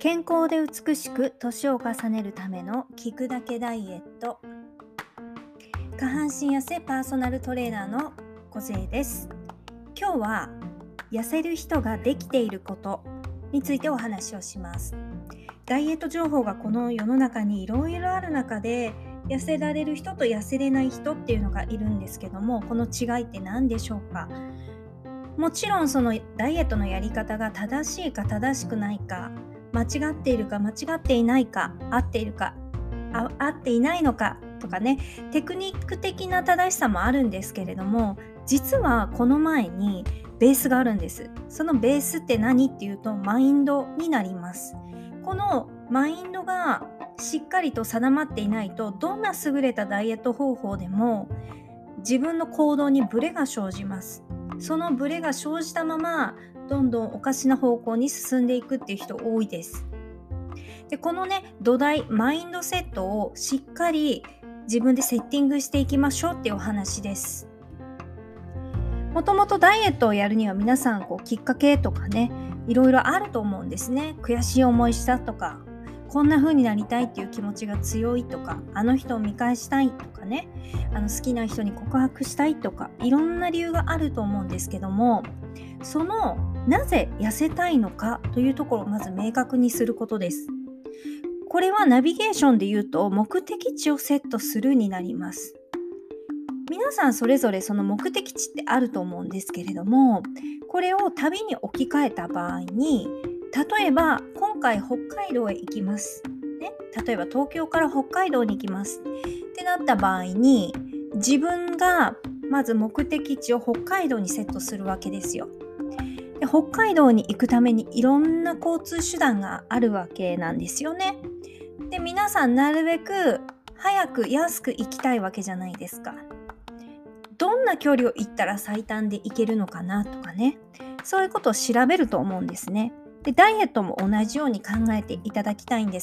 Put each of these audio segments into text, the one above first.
健康で美しく年を重ねるための聞くだけダイエット。下半身痩せパーソナルトレーナーの小勢です。今日は痩せる人ができていることについてお話をします。ダイエット情報がこの世の中にいろいろある中で、痩せられる人と痩せれない人っていうのがいるんですけども、この違いって何でしょうか。もちろんそのダイエットのやり方が正しいか正しくないか、間違っているか間違っていないか、合っているか合っていないのかとかね、テクニック的な正しさもあるんですけれども、実はこの前にベースがあるんです。そのベースって何っていうと、マインドになります。このマインドがしっかりと定まっていないと、どんな優れたダイエット方法でも自分の行動にブレが生じます。そのブレが生じたままどんどんおかしな方向に進んでいくっていう人多いです。で、このね、土台マインドセットをしっかり自分でセッティングしていきましょうっていうお話です。もともとダイエットをやるには皆さんきっかけとかね、いろいろあると思うんですね。悔しい思いしたとか、こんな風になりたいっていう気持ちが強いとか、あの人を見返したいとかね、好きな人に告白したいとか、いろんな理由があると思うんですけども、そのなぜ痩せたいのかというところをまず明確にすることです。これはナビゲーションで言うと、目的地をセットするになります。皆さんそれぞれその目的地ってあると思うんですけれども、これを旅に置き換えた場合に、例えば今回北海道へ行きます、ね、例えば東京から北海道に行きますってなった場合に、自分がまず目的地を北海道にセットするわけですよ。で、北海道に行くためにいろんな交通手段があるわけなんですよね。で、皆さんなるべく早く安く行きたいわけじゃないですか。どんな距離を行ったら最短で行けるのかなとかね、そういうことを調べると思うんですね。で、ダイエットも同じように考えていただきたいんです。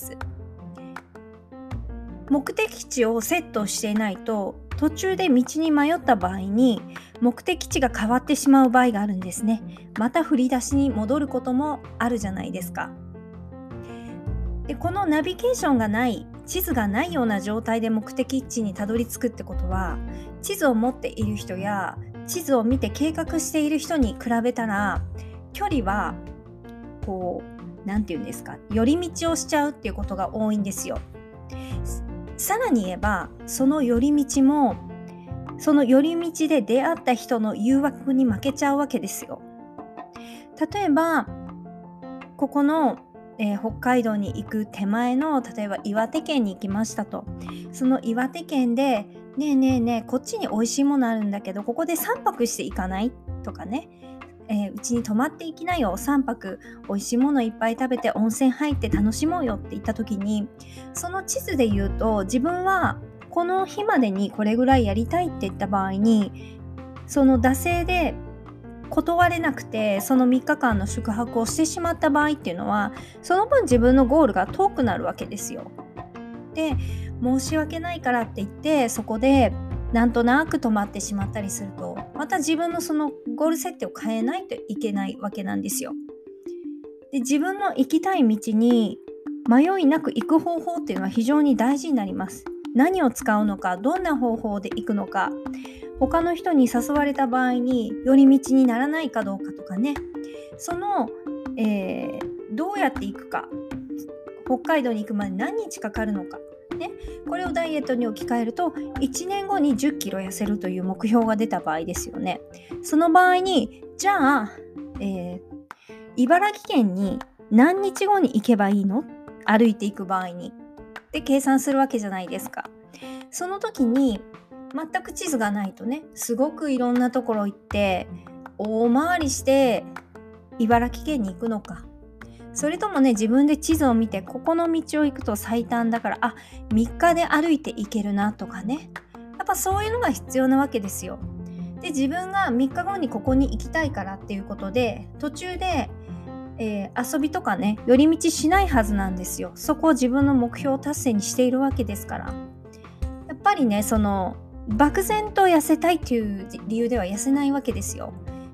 目的地をセットしていないと、途中で道に迷った場合に目的地が変わってしまう場合があるんですね。また振り出しに戻ることもあるじゃないですか。で、このナビゲーションがない、地図がないような状態で目的地にたどり着くってことは、地図を持っている人や地図を見て計画している人に比べたら、距離はなんていうんですか、寄り道をしちゃうっていうことが多いんですよ。さらに言えば、その寄り道もその寄り道で出会った人の誘惑に負けちゃうわけですよ。例えばここの北海道に行く手前の、例えば岩手県に行きましたと。その岩手県で、ねえねえねえ、こっちに美味しいものあるんだけど、ここで3泊していかないとかね、うちに泊まっていきなよ、3泊美味しいものいっぱい食べて温泉入って楽しもうよって言った時に、その地図で言うと、自分はこの日までにこれぐらいやりたいって言った場合に、その惰性で断れなくて、その3日間の宿泊をしてしまった場合っていうのは、その分自分のゴールが遠くなるわけですよ。で、申し訳ないからって言ってそこでなんとなく止まってしまったりすると、また自分のそのゴール設定を変えないといけないわけなんですよ。で、自分の行きたい道に迷いなく行く方法っていうのは非常に大事になります。何を使うのか、どんな方法で行くのか、他の人に誘われた場合に寄り道にならないかどうかとかね、その、どうやって行くか、北海道に行くまで何日かかるのか、ね、これをダイエットに置き換えると、1年後に10キロ痩せるという目標が出た場合ですよね。その場合に、じゃあ、茨城県に何日後に行けばいいの？歩いていく場合に。で、計算するわけじゃないですか。その時に全く地図がないとね、すごくいろんなところ行って大回りして茨城県に行くのか、それともね、自分で地図を見て、ここの道を行くと最短だから、3日で歩いて行けるなとかね、やっぱそういうのが必要なわけですよ。で、自分が3日後にここに行きたいからっていうことで、途中で遊びとかね、寄り道しないはずなんですよ。そこを自分の目標達成にしているわけですから。やっぱりね、その漠然と痩せたいっていう理由では痩せないわけですよ。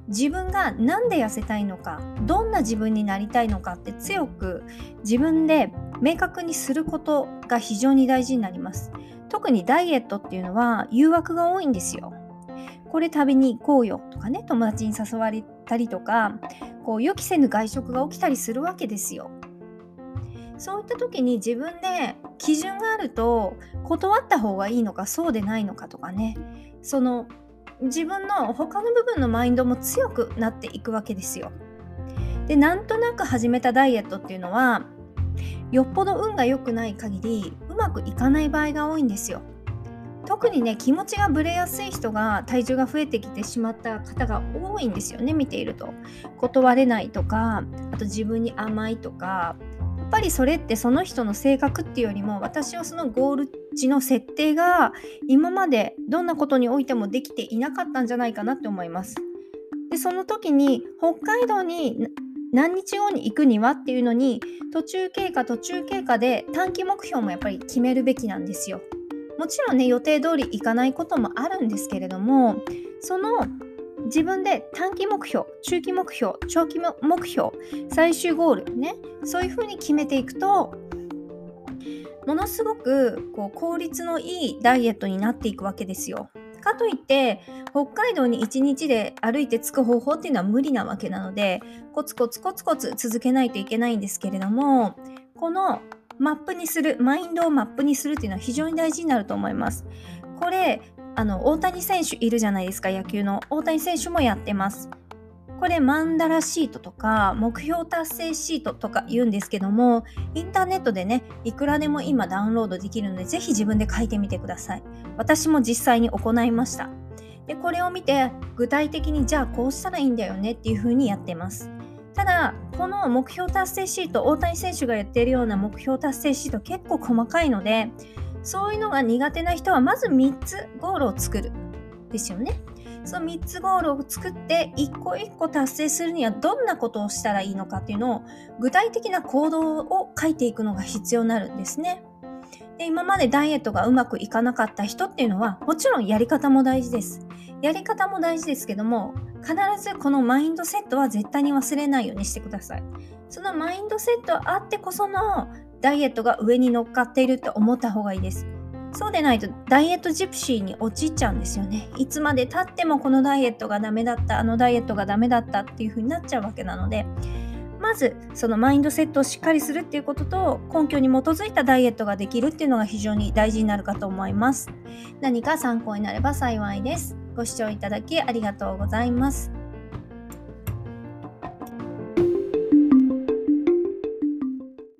自分がなんで痩せたいのか、どんな自分になりたいのかって強く自分で明確にすることが非常に大事になります。特にダイエットっていうのは誘惑が多いんですよ。これ食べに行こうよとかね、友達に誘われたりとか、予期せぬ外食が起きたりするわけですよ。そういった時に自分で基準があると断った方がいいのかそうでないのかとかね、その自分の他の部分のマインドも強くなっていくわけですよ。で、なんとなく始めたダイエットっていうのはよっぽど運が良くない限りうまくいかない場合が多いんですよ。特にね、気持ちがぶれやすい人が体重が増えてきてしまった方が多いんですよね、見ていると。断れないとか、あと自分に甘いとか、やっぱりそれってその人の性格っていうよりも、私はそのゴール値の設定が今までどんなことにおいてもできていなかったんじゃないかなって思います。で、その時に北海道に何日後に行くにはっていうのに、途中経過で短期目標もやっぱり決めるべきなんですよ。もちろんね、予定通りいかないこともあるんですけれども、その自分で短期目標、中期目標、長期目標、最終ゴールね、そういうふうに決めていくと、ものすごく効率のいいダイエットになっていくわけですよ。かといって北海道に1日で歩いて着く方法っていうのは無理なわけなので、コツコツ続けないといけないんですけれども、このマインドをマップにするっていうのは非常に大事になると思います。これ大谷選手いるじゃないですか、野球の大谷選手もやってます。これマンダラシートとか目標達成シートとか言うんですけども、インターネットでね、いくらでも今ダウンロードできるので、ぜひ自分で書いてみてください。私も実際に行いました。で、これを見て具体的にじゃあこうしたらいいんだよねっていう風にやってます。ただ、この目標達成シート、大谷選手がやっているような目標達成シート結構細かいので、そういうのが苦手な人はまず3つゴールを作るですよね。その3つゴールを作って一個一個達成するにはどんなことをしたらいいのかっていうのを、具体的な行動を書いていくのが必要になるんですね。で、今までダイエットがうまくいかなかった人っていうのは、もちろんやり方も大事です。やり方も大事ですけども、必ずこのマインドセットは絶対に忘れないようにしてください。そのマインドセットあってこそのダイエットが上に乗っかっているって思った方がいいです。そうでないとダイエットジプシーに陥っちゃうんですよね。いつまで経ってもこのダイエットがダメだった、あのダイエットがダメだったっていう風になっちゃうわけなので、まずそのマインドセットをしっかりするっていうことと、根拠に基づいたダイエットができるっていうのが非常に大事になるかと思います。何か参考になれば幸いです。ご視聴いただきありがとうございます。